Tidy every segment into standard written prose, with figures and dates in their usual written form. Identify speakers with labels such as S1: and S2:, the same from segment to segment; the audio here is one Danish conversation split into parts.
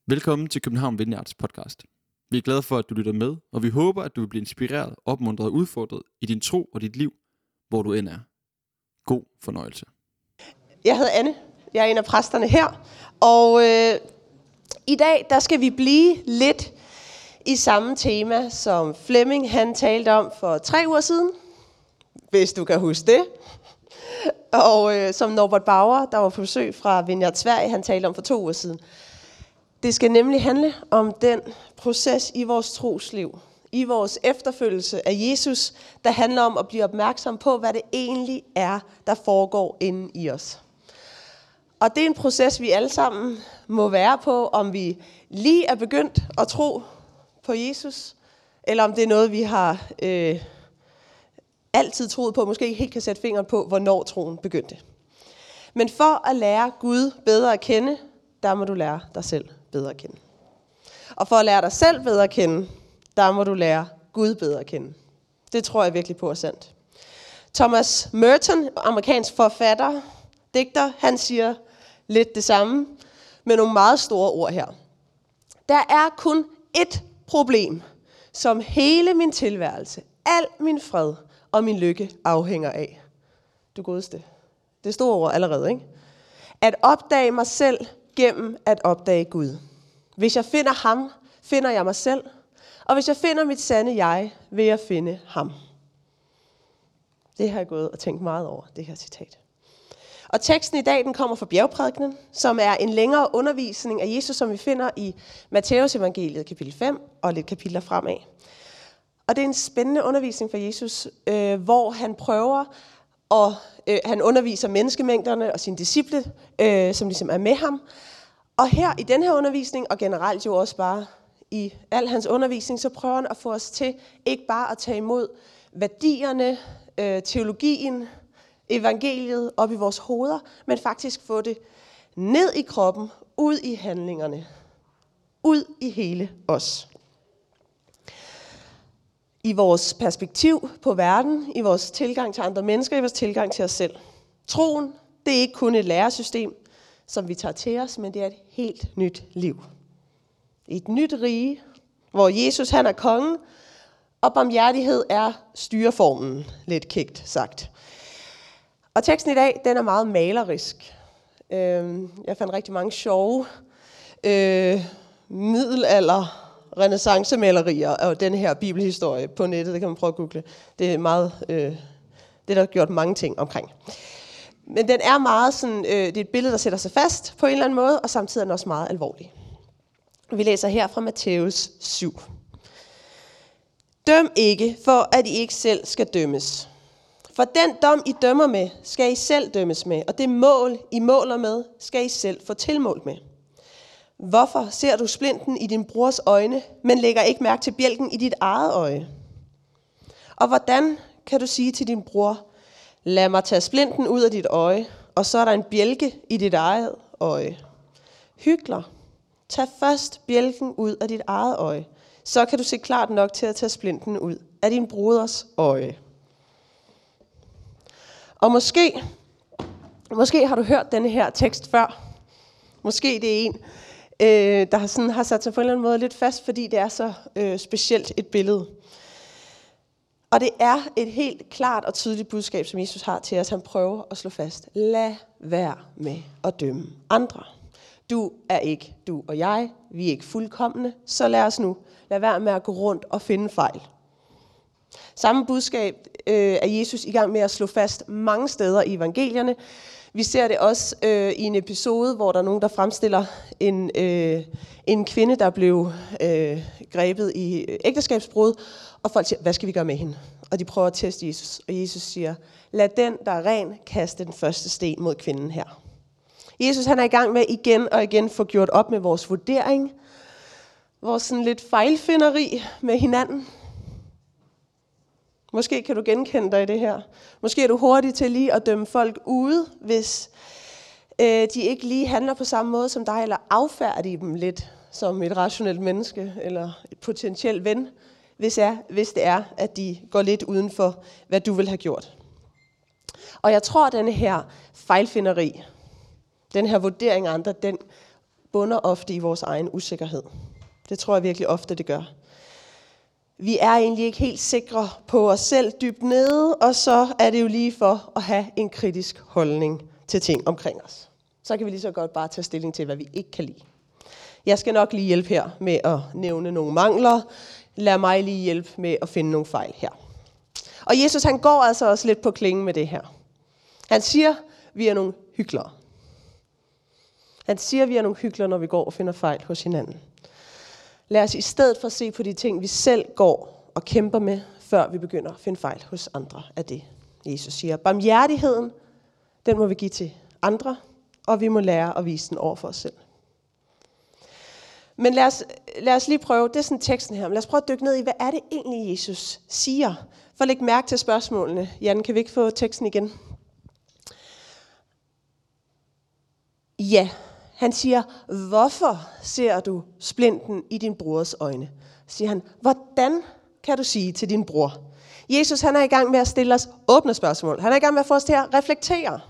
S1: Velkommen til København Vineyards podcast. Vi er glade for, at du lytter med, og vi håber, at du vil blive inspireret, opmuntret og udfordret i din tro og dit liv, hvor du end er. God fornøjelse.
S2: Jeg hedder Anne. Jeg er en af præsterne her. Og i dag, der skal vi blive lidt i samme tema, som Flemming han talte om for 3 uger siden. Hvis du kan huske det. Og som Norbert Bauer, der var på besøg fra Vineyard Sverige, han talte om for 2 uger siden. Det skal nemlig handle om den proces i vores trosliv, i vores efterfølgelse af Jesus, der handler om at blive opmærksom på, hvad det egentlig er, der foregår inde i os. Og det er en proces, vi alle sammen må være på, om vi lige er begyndt at tro på Jesus, eller om det er noget, vi har altid troet på, måske ikke helt kan sætte fingeren på, hvornår troen begyndte. Men for at lære Gud bedre at kende, der må du lære dig selv bedre at kende. Og for at lære dig selv bedre at kende, der må du lære Gud bedre at kende. Det tror jeg virkelig på er sandt. Thomas Merton, amerikansk forfatter, digter, han siger lidt det samme med nogle meget store ord her. Der er kun ét problem, som hele min tilværelse, al min fred og min lykke afhænger af. Du godeste. Det er store ord allerede, ikke? At opdage mig selv gennem at opdage Gud. Hvis jeg finder ham, finder jeg mig selv. Og hvis jeg finder mit sande jeg, vil jeg finde ham. Det har jeg gået og tænkt meget over, det her citat. Og teksten i dag, den kommer fra bjergprædikenen, som er en længere undervisning af Jesus, som vi finder i Matthæus evangeliet kapitel 5 og lidt kapitler fremad. Og det er en spændende undervisning for Jesus, hvor han prøver og han underviser menneskemængderne og sine disciple, som ligesom er med ham. Og her i den her undervisning, og generelt jo også bare i al hans undervisning, så prøver han at få os til ikke bare at tage imod værdierne, teologien, evangeliet op i vores hoveder, men faktisk få det ned i kroppen, ud i handlingerne, ud i hele os. I vores perspektiv på verden, i vores tilgang til andre mennesker, i vores tilgang til os selv. Troen, det er ikke kun et læresystem, som vi tager til os, men det er et helt nyt liv. Et nyt rige, hvor Jesus han er kongen, og barmhjertighed er styreformen, lidt kægt sagt. Og teksten i dag, den er meget malerisk. Jeg fandt rigtig mange sjove middelalder renæssancemalerier af den her bibelhistorie på nettet. Det kan man prøve at google. Det er meget, det der gjort mange ting omkring. Men den er meget sådan, det er et billede, der sætter sig fast på en eller anden måde, og samtidig er den også meget alvorlig. Vi læser her fra Matthæus 7. Døm ikke, for at I ikke selv skal dømmes. For den dom, I dømmer med, skal I selv dømmes med, og det mål, I måler med, skal I selv få tilmålt med. Hvorfor ser du splinten i din brors øjne, men lægger ikke mærke til bjælken i dit eget øje? Og hvordan kan du sige til din bror, lad mig tage splinten ud af dit øje, og så er der en bjælke i dit eget øje? Hykler, tag først bjælken ud af dit eget øje, så kan du se klart nok til at tage splinten ud af din broders øje. Og måske har du hørt denne her tekst før. Måske det er en, der har sat sig på en eller anden måde lidt fast, fordi det er så specielt et billede. Og det er et helt klart og tydeligt budskab, som Jesus har til os. Han prøver at slå fast. Lad være med at dømme andre. Du og jeg, vi er ikke fuldkomne, så lad os nu lad være med at gå rundt og finde fejl. Samme budskab er Jesus i gang med at slå fast mange steder i evangelierne. Vi ser det også i en episode, hvor der er nogen, der fremstiller en kvinde, der blev grebet i ægteskabsbrud, og folk siger, hvad skal vi gøre med hende? Og de prøver at teste Jesus, og Jesus siger, lad den, der er ren, kaste den første sten mod kvinden her. Jesus han er i gang med igen og igen få gjort op med vores vurdering, vores sådan lidt fejlfinderi med hinanden. Måske kan du genkende dig i det her. Måske er du hurtig til lige at dømme folk ude, hvis de ikke lige handler på samme måde som dig, eller affærdige dem lidt som et rationelt menneske, eller et potentielt ven, hvis det er, at de går lidt uden for, hvad du vil have gjort. Og jeg tror, at denne her fejlfinderi, den her vurdering af andre, bunder ofte i vores egen usikkerhed. Det tror jeg virkelig ofte, det gør. Vi er egentlig ikke helt sikre på os selv dybt nede, og så er det jo lige for at have en kritisk holdning til ting omkring os. Så kan vi lige så godt bare tage stilling til, hvad vi ikke kan lide. Jeg skal nok lige hjælpe her med at nævne nogle mangler. Lad mig lige hjælpe med at finde nogle fejl her. Og Jesus, han går altså også lidt på klingen med det her. Han siger, vi er nogle hyklere. Han siger, vi er nogle hyklere, når vi går og finder fejl hos hinanden. Lad os i stedet for se på de ting, vi selv går og kæmper med, før vi begynder at finde fejl hos andre af det. Jesus siger, barmhjertigheden, den må vi give til andre, og vi må lære at vise den over for os selv. Men lad os lige prøve, det er sådan teksten her, men lad os prøve at dykke ned i, hvad er det egentlig, Jesus siger? For at lægge mærke til spørgsmålene. Jan, kan vi ikke få teksten igen? Ja, han siger, hvorfor ser du splinten i din brors øjne? Siger han, hvordan kan du sige til din bror? Jesus, han er i gang med at stille os åbne spørgsmål. Han er i gang med at få os til at reflektere.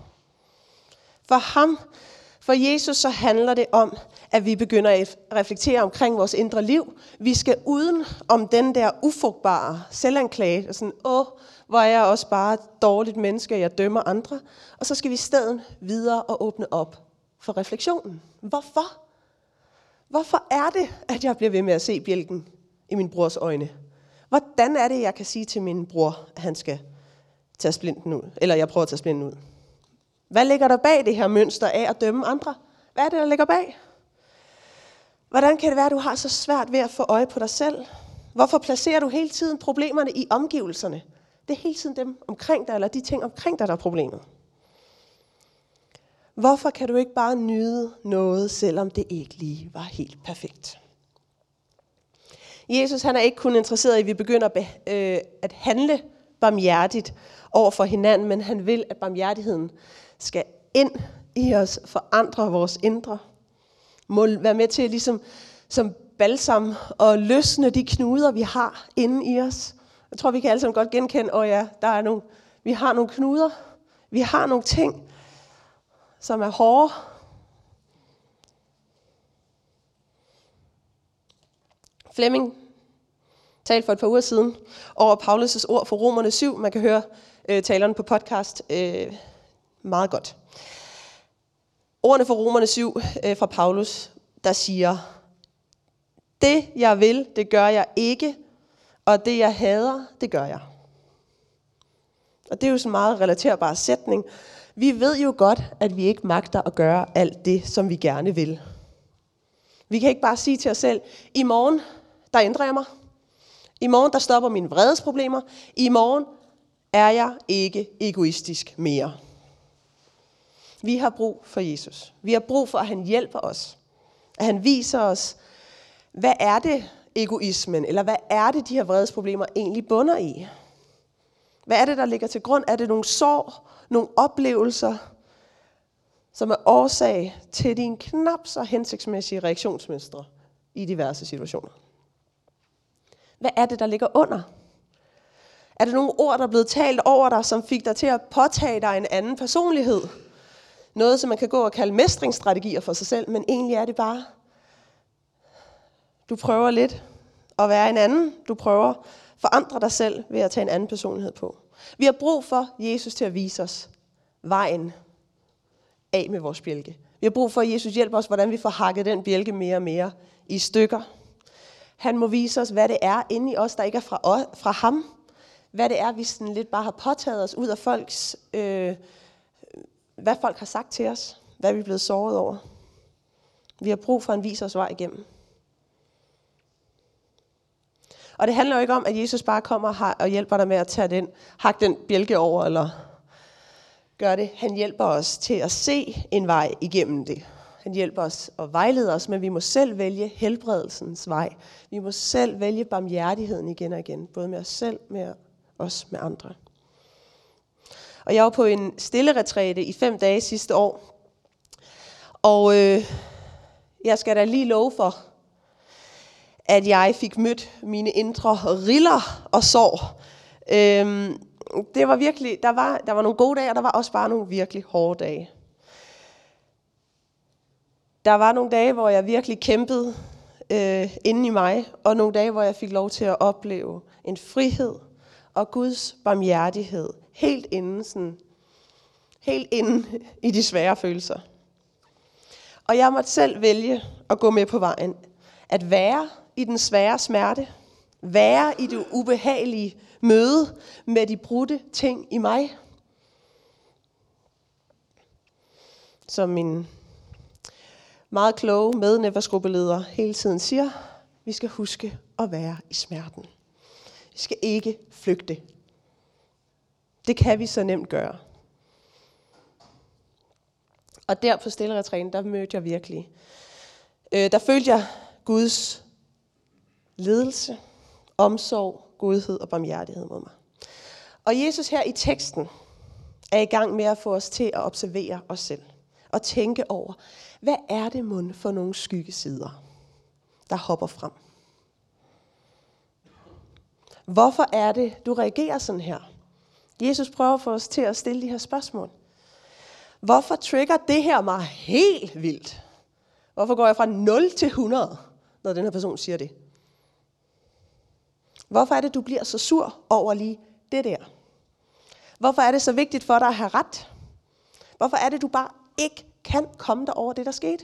S2: For Jesus, så handler det om, at vi begynder at reflektere omkring vores indre liv. Vi skal uden om den der ufrugtbare selvanklage, og sådan, hvor er jeg også bare et dårligt menneske, jeg dømmer andre. Og så skal vi i stedet videre og åbne op for refleksionen. Hvorfor? Hvorfor er det, at jeg bliver ved med at se bjælken i min brors øjne? Hvordan er det, jeg kan sige til min bror, at han skal tage splinten ud? Eller jeg prøver at tage splinten ud. Hvad ligger der bag det her mønster af at dømme andre? Hvad er det, der ligger bag? Hvordan kan det være, at du har så svært ved at få øje på dig selv? Hvorfor placerer du hele tiden problemerne i omgivelserne? Det er hele tiden dem omkring dig, eller de ting omkring dig, der er problemet. Hvorfor kan du ikke bare nyde noget, selvom det ikke lige var helt perfekt? Jesus, han er ikke kun interesseret i, at vi begynder at handle barmhjertigt over for hinanden, men han vil, at barmhjertigheden skal ind i os, forandre vores indre. Må være med til ligesom som balsam og løsne de knuder, vi har inde i os. Jeg tror, vi kan alle sammen godt genkende, vi har nogle knuder, vi har nogle ting, som er hårde. Flemming talte for et par uger siden over Paulus' ord for Romerne 7. Man kan høre talerne på podcast meget godt. Ordene for Romerne 7 fra Paulus, der siger, det jeg vil, det gør jeg ikke, og det jeg hader, det gør jeg. Og det er jo sådan en meget relaterbar sætning. Vi ved jo godt, at vi ikke magter at gøre alt det, som vi gerne vil. Vi kan ikke bare sige til os selv, i morgen, der ændrer jeg mig. I morgen, der stopper mine vredesproblemer. I morgen er jeg ikke egoistisk mere. Vi har brug for Jesus. Vi har brug for, at han hjælper os. At han viser os, hvad er det egoismen, eller hvad er det, de her vredesproblemer egentlig bunder i? Hvad er det, der ligger til grund? Er det nogle sår, nogle oplevelser, som er årsag til dine knap så hensigtsmæssige reaktionsmønstre i diverse situationer? Hvad er det, der ligger under? Er det nogle ord, der er blevet talt over dig, som fik dig til at påtage dig en anden personlighed? Noget, som man kan gå og kalde mestringsstrategier for sig selv, men egentlig er det bare, du prøver lidt at være en anden. Du prøver at forandre dig selv ved at tage en anden personlighed på. Vi har brug for Jesus til at vise os vejen af med vores bjælke. Vi har brug for, at Jesus hjælper os, hvordan vi får hakket den bjælke mere og mere i stykker. Han må vise os, hvad det er inde i os, der ikke er fra ham. Hvad det er, vi sådan lidt bare har påtaget os ud af folks, hvad folk har sagt til os. Hvad vi er blevet såret over. Vi har brug for, at han viser os vej igennem. Og det handler jo ikke om, at Jesus bare kommer og hjælper dig med at tage hakke den bjælke over, eller gøre det. Han hjælper os til at se en vej igennem det. Han hjælper os og vejleder os, men vi må selv vælge helbredelsens vej. Vi må selv vælge barmhjertigheden igen og igen, både med os selv, med os, med andre. Og jeg var på en stille retræte i 5 dage sidste år, og jeg skal da lige love for, at jeg fik mødt mine indre riller og sår. Det var virkelig, der var nogle gode dage, og der var også bare nogle virkelig hårde dage. Der var nogle dage, hvor jeg virkelig kæmpede inde i mig, og nogle dage, hvor jeg fik lov til at opleve en frihed og Guds barmhjertighed helt inde i de svære følelser. Og jeg måtte selv vælge at gå med på vejen. At være i den svære smerte. Være i det ubehagelige møde med de brudte ting i mig. Som min meget kloge mednefersgruppeleder hele tiden siger, vi skal huske at være i smerten. Vi skal ikke flygte. Det kan vi så nemt gøre. Og der på stilleretrænen, der mødte jeg virkelig. Der følte jeg Guds ledelse, omsorg, godhed og barmhjertighed mod mig. Og Jesus her i teksten er i gang med at få os til at observere os selv. Og tænke over, hvad er det mon for nogle skyggesider, der hopper frem? Hvorfor er det, du reagerer sådan her? Jesus prøver at få os til at stille de her spørgsmål. Hvorfor trigger det her mig helt vildt? Hvorfor går jeg fra 0 til 100, når den her person siger det? Hvorfor er det, du bliver så sur over lige det der? Hvorfor er det så vigtigt for dig at have ret? Hvorfor er det, du bare ikke kan komme dig over det, der skete?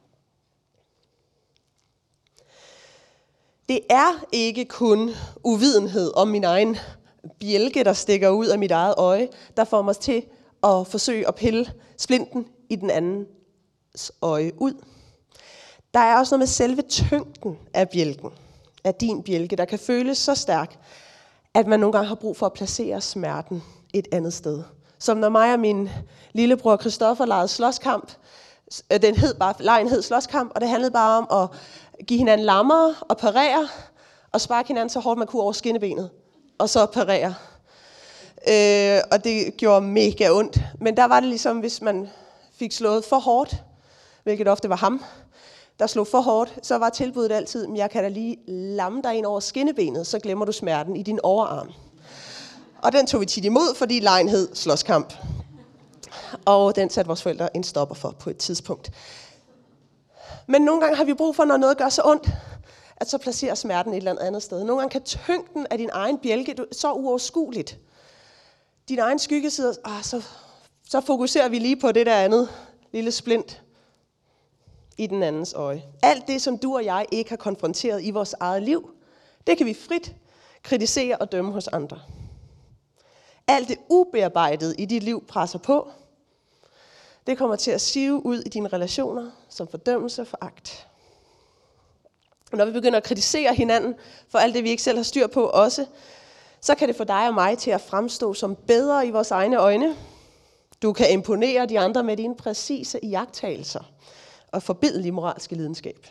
S2: Det er ikke kun uvidenhed om min egen bjælke, der stikker ud af mit eget øje, der får mig til at forsøge at pille splinten i den andens øje ud. Der er også noget med selve tyngden af bjælken, af din bjælke, der kan føles så stærk, at man nogle gange har brug for at placere smerten et andet sted. Som når mig og min lillebror Christoffer legede slåskamp. Legen hed slåskamp, og det handlede bare om at give hinanden lammer og parere, og sparke hinanden så hårdt man kunne over skinnebenet, og så parere. Og det gjorde mega ondt. Men der var det ligesom, hvis man fik slået for hårdt, hvilket ofte var ham, der slog for hårdt, så var tilbuddet altid, jeg kan da lige lamme dig ind over skinnebenet, så glemmer du smerten i din overarm. Og den tog vi tit imod, fordi legen hed slåskamp. Og den satte vores forældre en stopper for på et tidspunkt. Men nogle gange har vi brug for, når noget gør så ondt, at så placerer smerten et eller andet sted. Nogle gange kan tyngden af din egen bjælke så uoverskueligt. Din egen skyggesider, så fokuserer vi lige på det der andet lille splint i den andens øje. Alt det, som du og jeg ikke har konfronteret i vores eget liv, det kan vi frit kritisere og dømme hos andre. Alt det ubearbejdede i dit liv presser på. Det kommer til at sive ud i dine relationer som fordømmelse og foragt. Og når vi begynder at kritisere hinanden for alt det, vi ikke selv har styr på også, så kan det få dig og mig til at fremstå som bedre i vores egne øjne. Du kan imponere de andre med dine præcise iagttagelser og forbilledlige moralske lidenskab.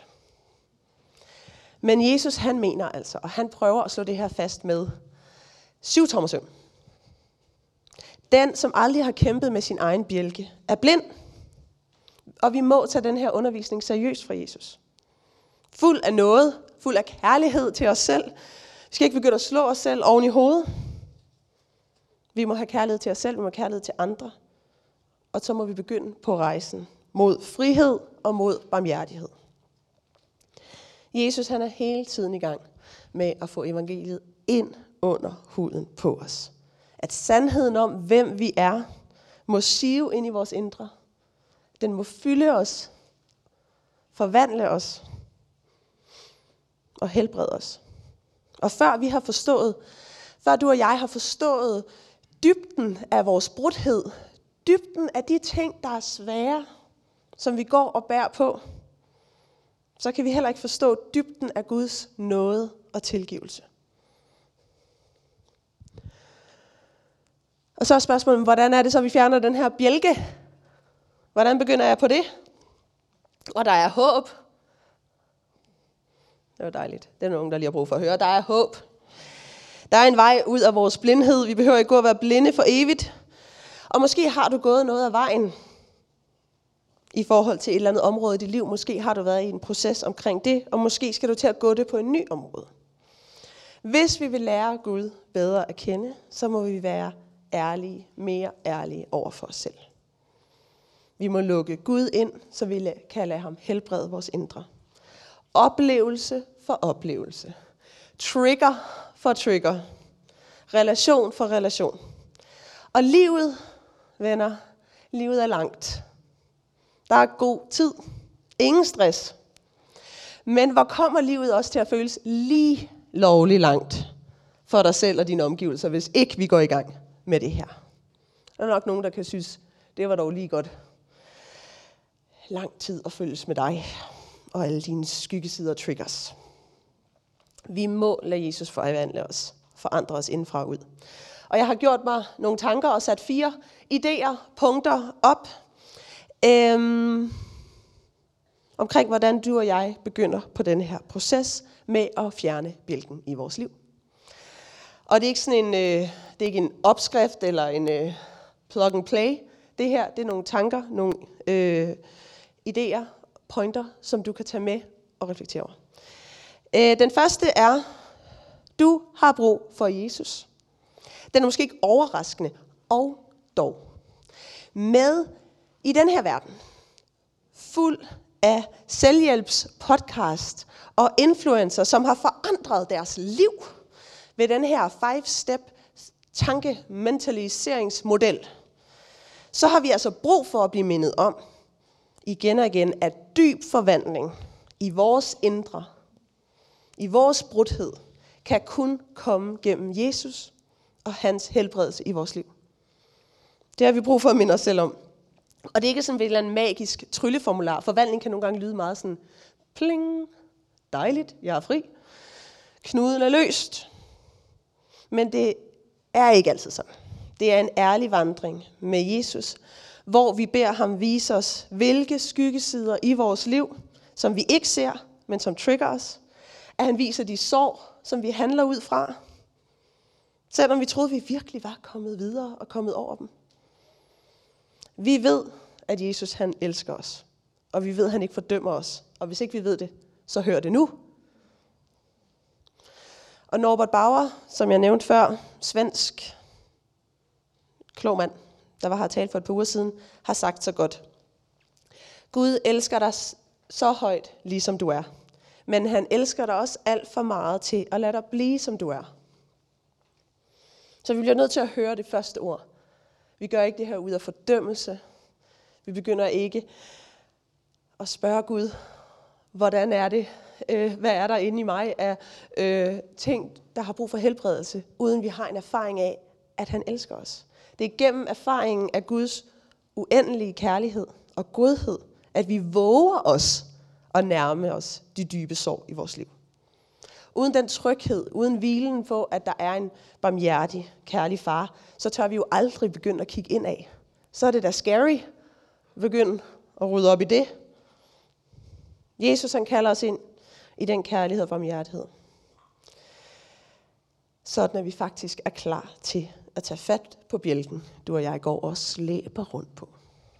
S2: Men Jesus, han mener altså, og han prøver at slå det her fast med 7-tommersøm. Den, som aldrig har kæmpet med sin egen bjælke, er blind. Og vi må tage den her undervisning seriøst fra Jesus. Fuld af noget, fuld af kærlighed til os selv. Vi skal ikke begynde at slå os selv oven i hovedet. Vi må have kærlighed til os selv, vi må have kærlighed til andre. Og så må vi begynde på rejsen mod frihed og mod barmhjertighed. Jesus, han er hele tiden i gang med at få evangeliet ind under huden på os. At sandheden om, hvem vi er, må sive ind i vores indre. Den må fylde os, forvandle os og helbrede os. Og før du og jeg har forstået dybden af vores brudhed, dybden af de ting, der er svære, som vi går og bærer på, så kan vi heller ikke forstå dybden af Guds nåde og tilgivelse. Og så er spørgsmålet, hvordan er det så, vi fjerner den her bjælke? Hvordan begynder jeg på det? Og der er håb. Det var dejligt. Det er nogen, der lige har brug for at høre. Der er håb. Der er en vej ud af vores blindhed. Vi behøver ikke gå og være blinde for evigt. Og måske har du gået noget af vejen i forhold til et eller andet område i dit liv. Måske har du været i en proces omkring det, og måske skal du til at gå det på en ny område. Hvis vi vil lære Gud bedre at kende, så må vi være ærlige, mere ærlige over for os selv. Vi må lukke Gud ind, så vi kan lade ham helbrede vores indre. Oplevelse for oplevelse. Trigger for trigger. Relation for relation. Og livet, venner, livet er langt. Der er god tid. Ingen stress. Men hvor kommer livet også til at føles lige lovligt langt for dig selv og dine omgivelser, hvis ikke vi går i gang med det her. Der er nok nogen, der kan synes, det var dog lige godt. Lang tid at følges med dig og alle dine skyggesider og triggers. Vi må lade Jesus forandre os indfra og ud. Og jeg har gjort mig nogle tanker og sat 4 idéer, punkter op, omkring hvordan du og jeg begynder på denne her proces med at fjerne bjælken i vores liv. Og det er ikke sådan det er ikke en opskrift eller en plug and play. Det her, det er nogle tanker, nogle idéer, pointer, som du kan tage med og reflektere over. Den første er, du har brug for Jesus. Den er måske ikke overraskende, og dog. Med i den her verden, fuld af selvhjælpspodcast og influencer, som har forandret deres liv ved den her 5-step tankementaliseringsmodel, så har vi altså brug for at blive mindet om, igen og igen, at dyb forvandling i vores indre, i vores brudhed, kan kun komme gennem Jesus og hans helbredelse i vores liv. Det har vi brug for at minde os selv om. Og det er ikke sådan et eller andet magisk trylleformular. Forvandling kan nogle gange lyde meget sådan, pling, dejligt, jeg er fri. Knuden er løst. Men det er ikke altid sådan. Det er en ærlig vandring med Jesus, hvor vi beder ham vise os, hvilke skyggesider i vores liv, som vi ikke ser, men som trigger os. At han viser de sår, som vi handler ud fra. Selvom vi troede, vi virkelig var kommet videre og kommet over dem. Vi ved, at Jesus han elsker os. Og vi ved, at han ikke fordømmer os. Og hvis ikke vi ved det, så hør det nu. Og Norbert Bauer, som jeg nævnte før, svensk klog mand, der var her talt for et par uger siden, har sagt så godt. Gud elsker dig så højt, ligesom du er. Men han elsker dig også alt for meget til at lade dig blive, som du er. Så vi bliver nødt til at høre det første ord. Vi gør ikke det her ud af fordømmelse. Vi begynder ikke at spørge Gud, hvordan er det? Hvad er der inde i mig af ting, der har brug for helbredelse, uden vi har en erfaring af, at han elsker os. Det er gennem erfaringen af Guds uendelige kærlighed og godhed, at vi våger os at nærme os de dybe sår i vores liv. Uden den tryghed, uden hvilen på, at der er en barmhjertig, kærlig far, så tør vi jo aldrig begynde at kigge indad. Så er det da scary at begynde at rydde op i det. Jesus han kalder os ind i den kærlighed og barmhjertighed. Sådan at vi faktisk er klar til at tage fat på bjælken, du og jeg går og slæber rundt på.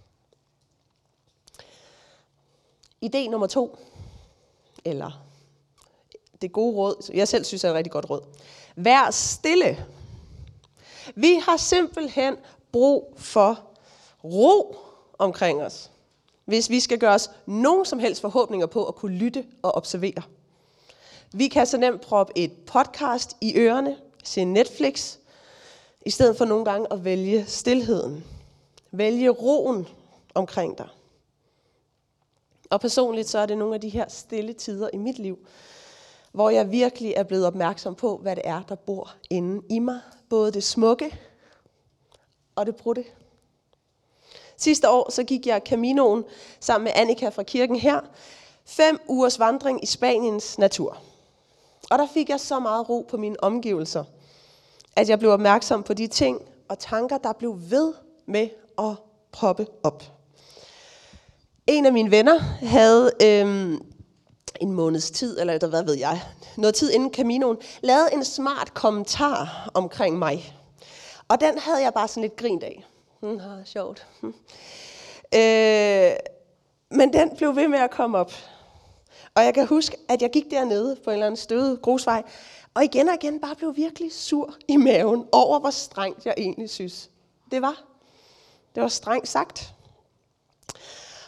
S2: Idé nummer 2, eller det gode råd, jeg selv synes er et rigtig godt råd. Vær stille. Vi har simpelthen brug for ro omkring os, hvis vi skal gøre os nogen som helst forhåbninger på at kunne lytte og observere. Vi kan så nemt proppe et podcast i ørerne, se Netflix, i stedet for nogle gange at vælge stilheden. Vælge roen omkring dig. Og personligt så er det nogle af de her stille tider i mit liv, hvor jeg virkelig er blevet opmærksom på, hvad det er, der bor inde i mig. Både det smukke og det brudte. Sidste år så gik jeg Caminoen sammen med Annika fra kirken her. 5 ugers vandring i Spaniens natur. Og der fik jeg så meget ro på mine omgivelser, at jeg blev opmærksom på de ting og tanker, der blev ved med at poppe op. En af mine venner havde en måneds tid, eller hvad ved jeg, noget tid inden Caminoen, lavet en smart kommentar omkring mig. Og den havde jeg bare sådan lidt grint af. Sjovt. Men den blev ved med at komme op. Og jeg kan huske, at jeg gik dernede på en eller anden støvet grusvej, og igen bare blev virkelig sur i maven over, hvor strengt jeg egentlig synes det var. Det var strengt sagt.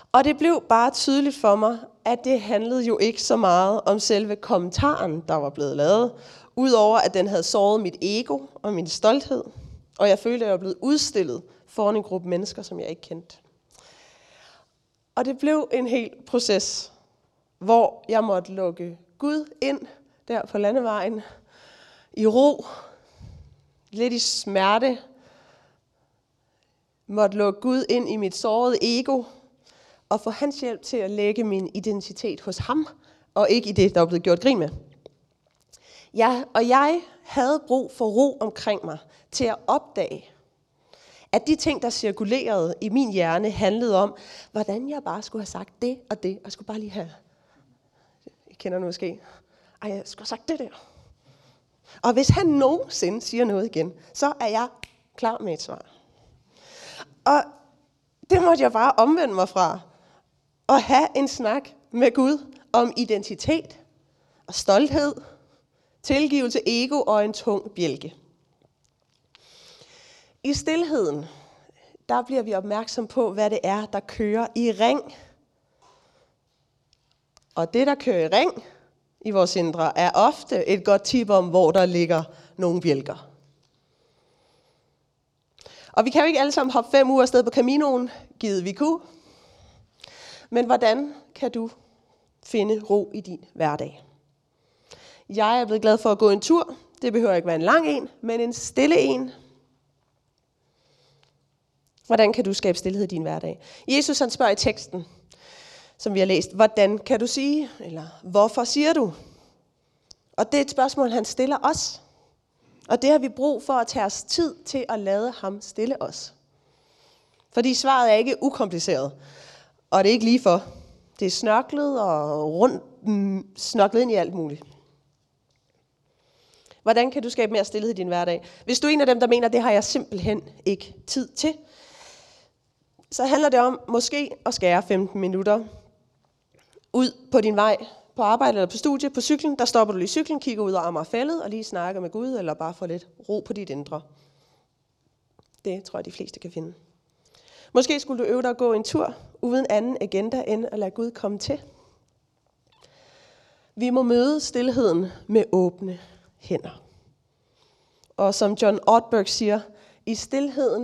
S2: Og det blev bare tydeligt for mig, at det handlede jo ikke så meget om selve kommentaren, der var blevet lavet, udover at den havde såret mit ego og min stolthed, og jeg følte, at jeg var blevet udstillet foran en gruppe mennesker, som jeg ikke kendte. Og det blev en hel proces, hvor jeg måtte lukke Gud ind der på landevejen, i ro, lidt i smerte, måtte lukke Gud ind i mit sårede ego, og få hans hjælp til at lægge min identitet hos ham, og ikke i det, der var blevet gjort grin med. Og jeg havde brug for ro omkring mig, til at opdage, at de ting, der cirkulerede i min hjerne, handlede om, hvordan jeg bare skulle have sagt det og det, og jeg skulle bare lige have, I kender det måske, jeg skulle have sagt det der. Og hvis han nogensinde siger noget igen, så er jeg klar med et svar. Og det måtte jeg bare omvende mig fra. Og have en snak med Gud om identitet og stolthed, tilgivelse, ego og en tung bjælke. I stilheden, der bliver vi opmærksom på, hvad det er, der kører i ring. Og det, der kører i ring i vores indre, er ofte et godt tip om, hvor der ligger nogle bjælker. Og vi kan jo ikke alle sammen hoppe 5 uger afsted på Caminoen, givet vi kunne. Men hvordan kan du finde ro i din hverdag? Jeg er blevet glad for at gå en tur. Det behøver ikke være en lang en, men en stille en. Hvordan kan du skabe stillhed i din hverdag? Jesus han spørger i teksten, som vi har læst, hvordan kan du sige? Eller hvorfor siger du? Og det er et spørgsmål, han stiller os. Og det har vi brug for at tage os tid til at lade ham stille os. Fordi svaret er ikke ukompliceret. Og det er ikke lige for. Det er snørklet og snørklet ind i alt muligt. Hvordan kan du skabe mere stillhed i din hverdag? Hvis du er en af dem, der mener, det har jeg simpelthen ikke tid til, så handler det om måske at skære 15 minutter ud på din vej på arbejde eller på studie, på cyklen. Der stopper du lige cyklen, kigger ud over Amagerfællet og lige snakker med Gud, eller bare får lidt ro på dit indre. Det tror jeg, de fleste kan finde. Måske skulle du øve dig at gå en tur uden anden agenda end at lade Gud komme til. Vi må møde stilheden med åbne hænder. Og som John Ortberg siger, i stilheden,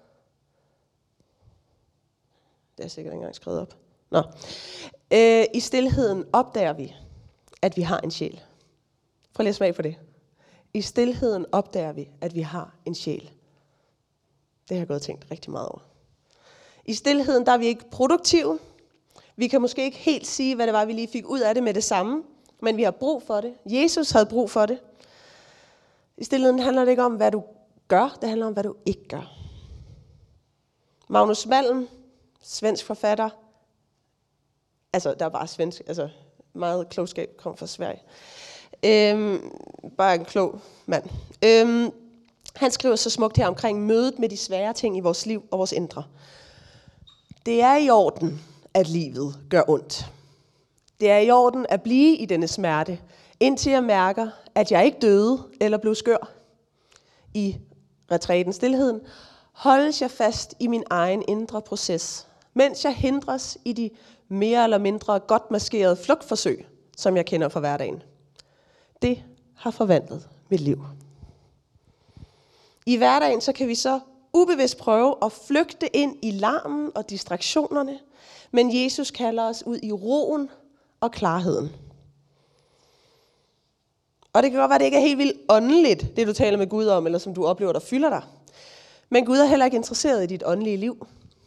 S2: det er sikkert ikke engang skrevet op. I stilheden opdager vi, at vi har en sjæl. Prøv at læse mig af for det. I stilheden opdager vi, at vi har en sjæl. Det har jeg gået og tænkt rigtig meget over. I stilheden, der er vi ikke produktive. Vi kan måske ikke helt sige, hvad det var, vi lige fik ud af det med det samme. Men vi har brug for det. Jesus havde brug for det. I stilheden handler det ikke om, hvad du gør. Det handler om, hvad du ikke gør. Magnus Malm, svensk forfatter. Altså, der er bare svensk. Altså, meget klogskab kom fra Sverige. Bare en klog mand. Han skriver så smukt her omkring mødet med de svære ting i vores liv og vores indre. Det er i orden, at livet gør ondt. Det er i orden at blive i denne smerte, indtil jeg mærker, at jeg ikke døde eller blev skør. I retræten stilheden holdes jeg fast i min egen indre proces, mens jeg hindres i de mere eller mindre godt maskerede flugtforsøg, som jeg kender fra hverdagen. Det har forvandlet mit liv. I hverdagen så kan vi så ubevidst prøve at flygte ind i larmen og distraktionerne, men Jesus kalder os ud i roen og klarheden. Og det kan godt være, at det ikke er helt vildt åndeligt, det du taler med Gud om, eller som du oplever, der fylder dig. Men Gud er heller ikke interesseret i dit åndelige liv.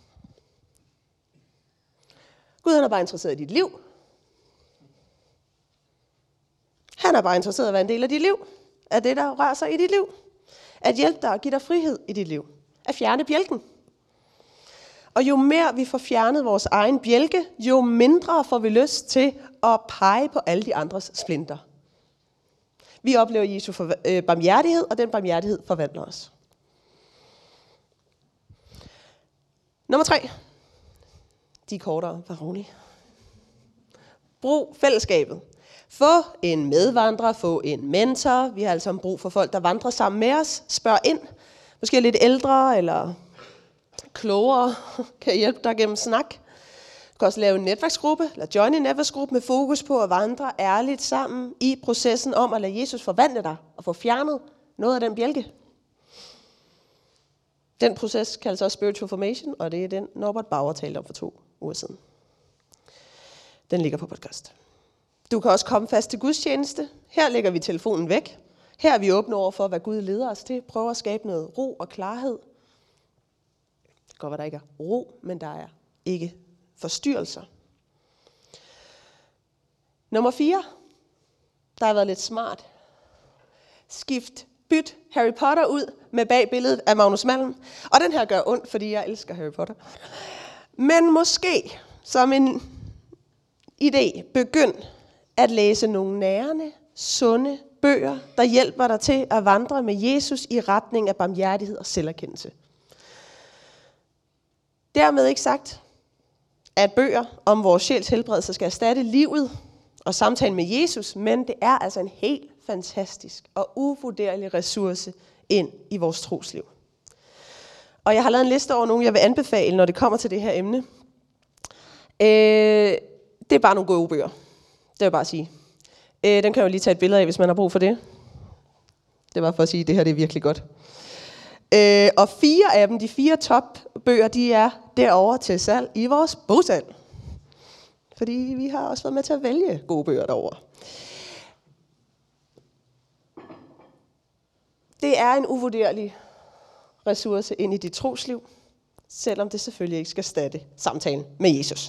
S2: Gud han er bare interesseret i dit liv. Han er bare interesseret i at være en del af dit liv. Af det, der rører sig i dit liv. At hjælpe dig og give dig frihed i dit liv. At fjerne bjælken. Og jo mere vi får fjernet vores egen bjælke, jo mindre får vi lyst til at pege på alle de andres splinter. Vi oplever Jesu barmhjertighed, og den barmhjertighed forvandler os. Nummer 3. De er kortere, var rolig. Brug fællesskabet. Få en medvandrer, få en mentor. Vi har altså brug for folk, der vandrer sammen med os. Spørg ind. Måske lidt ældre eller klogere kan hjælpe dig gennem snak. Du kan også lave en netværksgruppe, eller join en netværksgruppe med fokus på at vandre ærligt sammen i processen om at lade Jesus forvandle dig og få fjernet noget af den bjælke. Den proces kaldes også spiritual formation, og det er den, Norbert Bauer talte om for 2 uger siden. Den ligger på podcast. Du kan også komme fast til gudstjeneste. Her lægger vi telefonen væk. Her er vi åbne over for, hvad Gud leder os til. Prøver at skabe noget ro og klarhed. Det kan godt være, der ikke er ro, men der er ikke forstyrrelser. Nummer 4. Der har været lidt smart. Byt Harry Potter ud med bag billedet af Magnus Malm. Og den her gør ondt, fordi jeg elsker Harry Potter. Men måske som en idé, begynd at læse nogle nærende, sunde bøger, der hjælper dig til at vandre med Jesus i retning af barmhjertighed og selverkendelse. Dermed ikke sagt, at bøger om vores sjæls helbredelse skal erstatte livet og samtalen med Jesus, men det er altså en helt fantastisk og uvurderlig ressource ind i vores trosliv. Og jeg har lavet en liste over nogle, jeg vil anbefale, når det kommer til det her emne. Det er bare nogle gode bøger. Det vil jeg bare sige. Den kan jeg jo lige tage et billede af, hvis man har brug for det. Det var for at sige, at det her det er virkelig godt. Og 4 af dem, de 4 topbøger, de er derovre til salg i vores bogsalg. Fordi vi har også været med til at vælge gode bøger derovre. Det er en uvurderlig ressource ind i dit trosliv, selvom det selvfølgelig ikke skal erstatte samtalen med Jesus.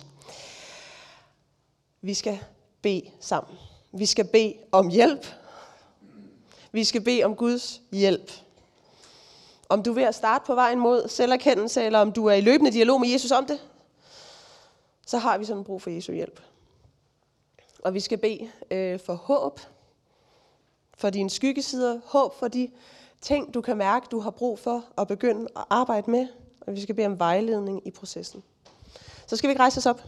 S2: Vi skal bede sammen. Vi skal bede om hjælp. Vi skal bede om Guds hjælp. Om du er ved at starte på vejen mod selverkendelse, eller om du er i løbende dialog med Jesus om det, så har vi sådan brug for Jesu hjælp. Og vi skal bede for håb, for dine skyggesider, håb for de ting, du kan mærke, du har brug for at begynde at arbejde med, og vi skal bede om vejledning i processen. Så skal vi ikke rejse os op.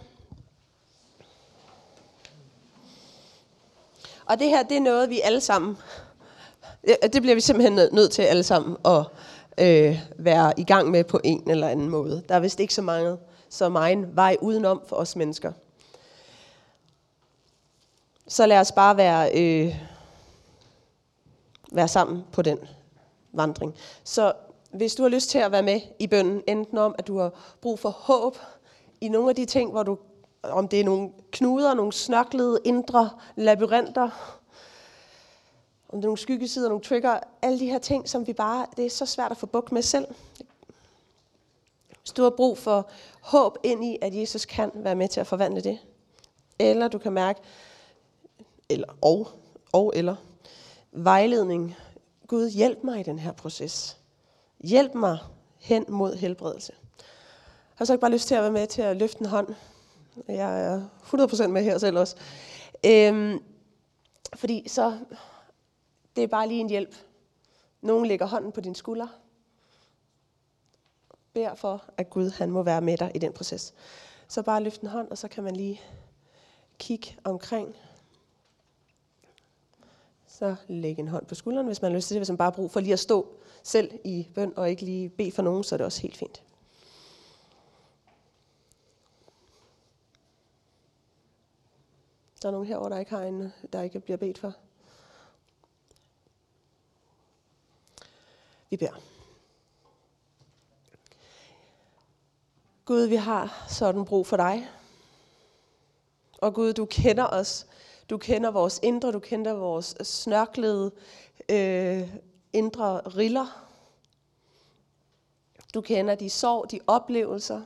S2: Og det her, det er noget, vi alle sammen, det bliver vi simpelthen nødt til alle sammen at være i gang med på en eller anden måde. Der er vist ikke så meget vej udenom for os mennesker. Så lad os bare være sammen på den vandring. Så hvis du har lyst til at være med i bønnen, enten om, at du har brug for håb i nogle af de ting, hvor du, om det er nogle knuder, nogle snørklede indre labyrinter, om det er nogle skyggesider, nogle trigger, alle de her ting, som det er så svært at få bugt med selv. Hvis du har brug for håb ind i, at Jesus kan være med til at forvandle det, eller du kan mærke, eller vejledning. Gud, hjælp mig i den her proces. Hjælp mig hen mod helbredelse. Jeg har så ikke bare lyst til at være med til at løfte en hånd. Jeg er 100% med her selv også. Fordi så, det er bare lige en hjælp. Nogen lægger hånden på din skulder. Beder for, at Gud han må være med dig i den proces. Så bare løft en hånd, og så kan man lige kigge omkring. Så læg en hånd på skulderen, hvis man har lyst til det. Hvis man bare har brug for lige at stå selv i bøn, og ikke lige bede for nogen, så er det også helt fint. Der er nogen herovre, der ikke har en, der ikke bliver bedt for. Vi beder. Gud, vi har sådan brug for dig. Og Gud, du kender os. Du kender vores indre, du kender vores snørklede indre riller. Du kender de sorg, de oplevelser.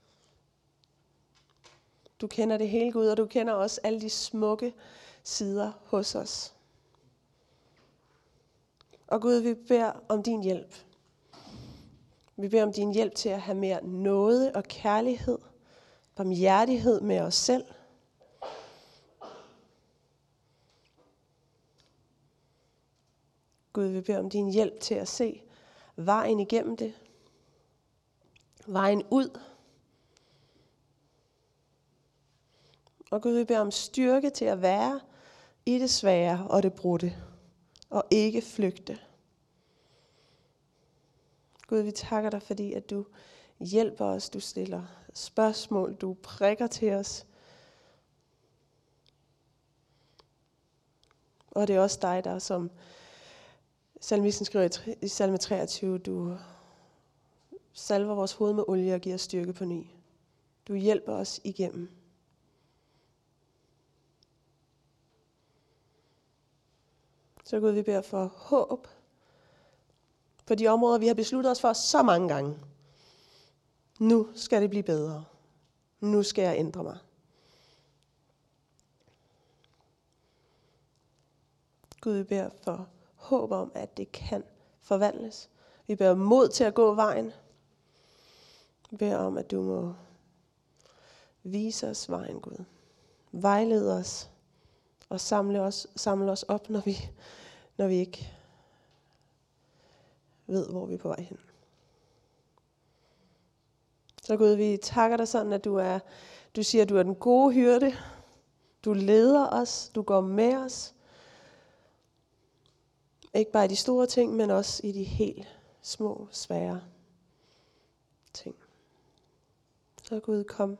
S2: Du kender det hele, Gud, og du kender også alle de smukke sider hos os. Og Gud, vi beder om din hjælp. Vi beder om din hjælp til at have mere nåde og kærlighed, barmhjertighed med os selv. Gud, vi beder om din hjælp til at se vejen igennem det. Vejen ud. Og Gud, vi beder om styrke til at være i det svære og det brudte. Og ikke flygte. Gud, vi takker dig, fordi at du hjælper os. Du stiller spørgsmål, du prikker til os. Og det er også dig, der som salmisten skriver i salme 23, du salver vores hoved med olie og giver os styrke på ny. Du hjælper os igennem. Så Gud, vi beder for håb på de områder, vi har besluttet os for så mange gange. Nu skal det blive bedre. Nu skal jeg ændre mig. Gud, vi beder for håb om, at det kan forvandles. Vi beder om mod til at gå vejen. Vi beder om, at du må vise os vejen, Gud. Vejlede os og samle os op, når vi ikke ved, hvor vi er på vej hen. Så Gud, vi takker dig sådan, at du siger, at du er den gode hyrde. Du leder os, du går med os. Ikke bare i de store ting, men også i de helt små, svære ting. Så Gud, kom.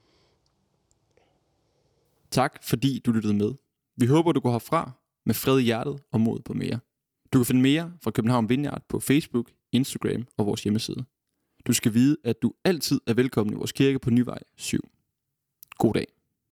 S1: Tak fordi du lyttede med. Vi håber, du går herfra med fred i hjertet og mod på mere. Du kan finde mere fra København Vineyard på Facebook, Instagram og vores hjemmeside. Du skal vide, at du altid er velkommen i vores kirke på Nyvej 7. God dag.